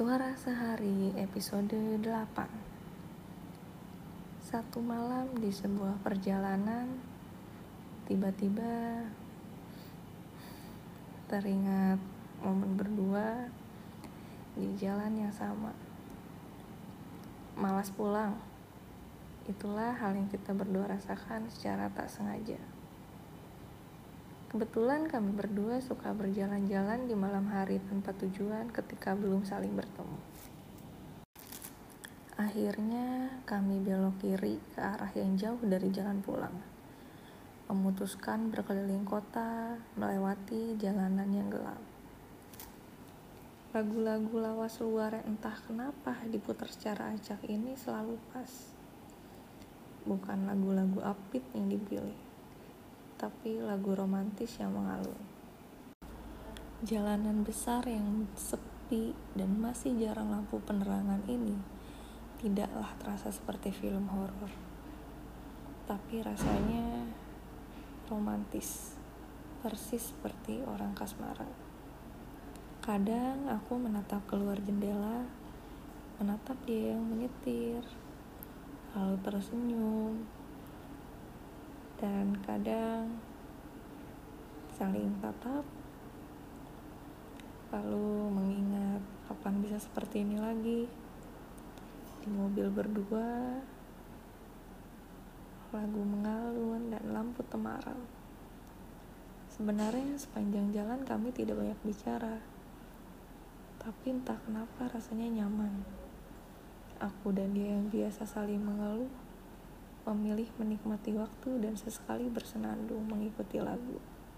Suara Sehari episode 8. Satu malam di sebuah perjalanan, tiba-tiba teringat momen berdua di jalan yang sama. Malas pulang, itulah hal yang kita berdua rasakan secara tak sengaja. Kebetulan kami berdua suka berjalan-jalan di malam hari tanpa tujuan ketika belum saling bertemu. Akhirnya kami belok kiri ke arah yang jauh dari jalan pulang. Memutuskan berkeliling kota, melewati jalanan yang gelap. Lagu-lagu lawas luar yang entah kenapa diputar secara acak ini selalu pas. Bukan lagu-lagu upbeat yang dipilih, tapi lagu romantis yang mengalun. Jalanan besar yang sepi dan masih jarang lampu penerangan ini tidaklah terasa seperti film horor, tapi rasanya romantis, persis seperti orang kasmaran. Kadang aku menatap keluar jendela, menatap dia yang menyetir, lalu tersenyum, dan kadang saling tatap, lalu mengingat kapan bisa seperti ini lagi. Di mobil berdua, lagu mengalun dan lampu temaram. Sebenarnya sepanjang jalan kami tidak banyak bicara, tapi entah kenapa rasanya nyaman. Aku dan dia yang biasa saling mengeluh, memilih menikmati waktu dan sesekali bersenandung mengikuti lagu.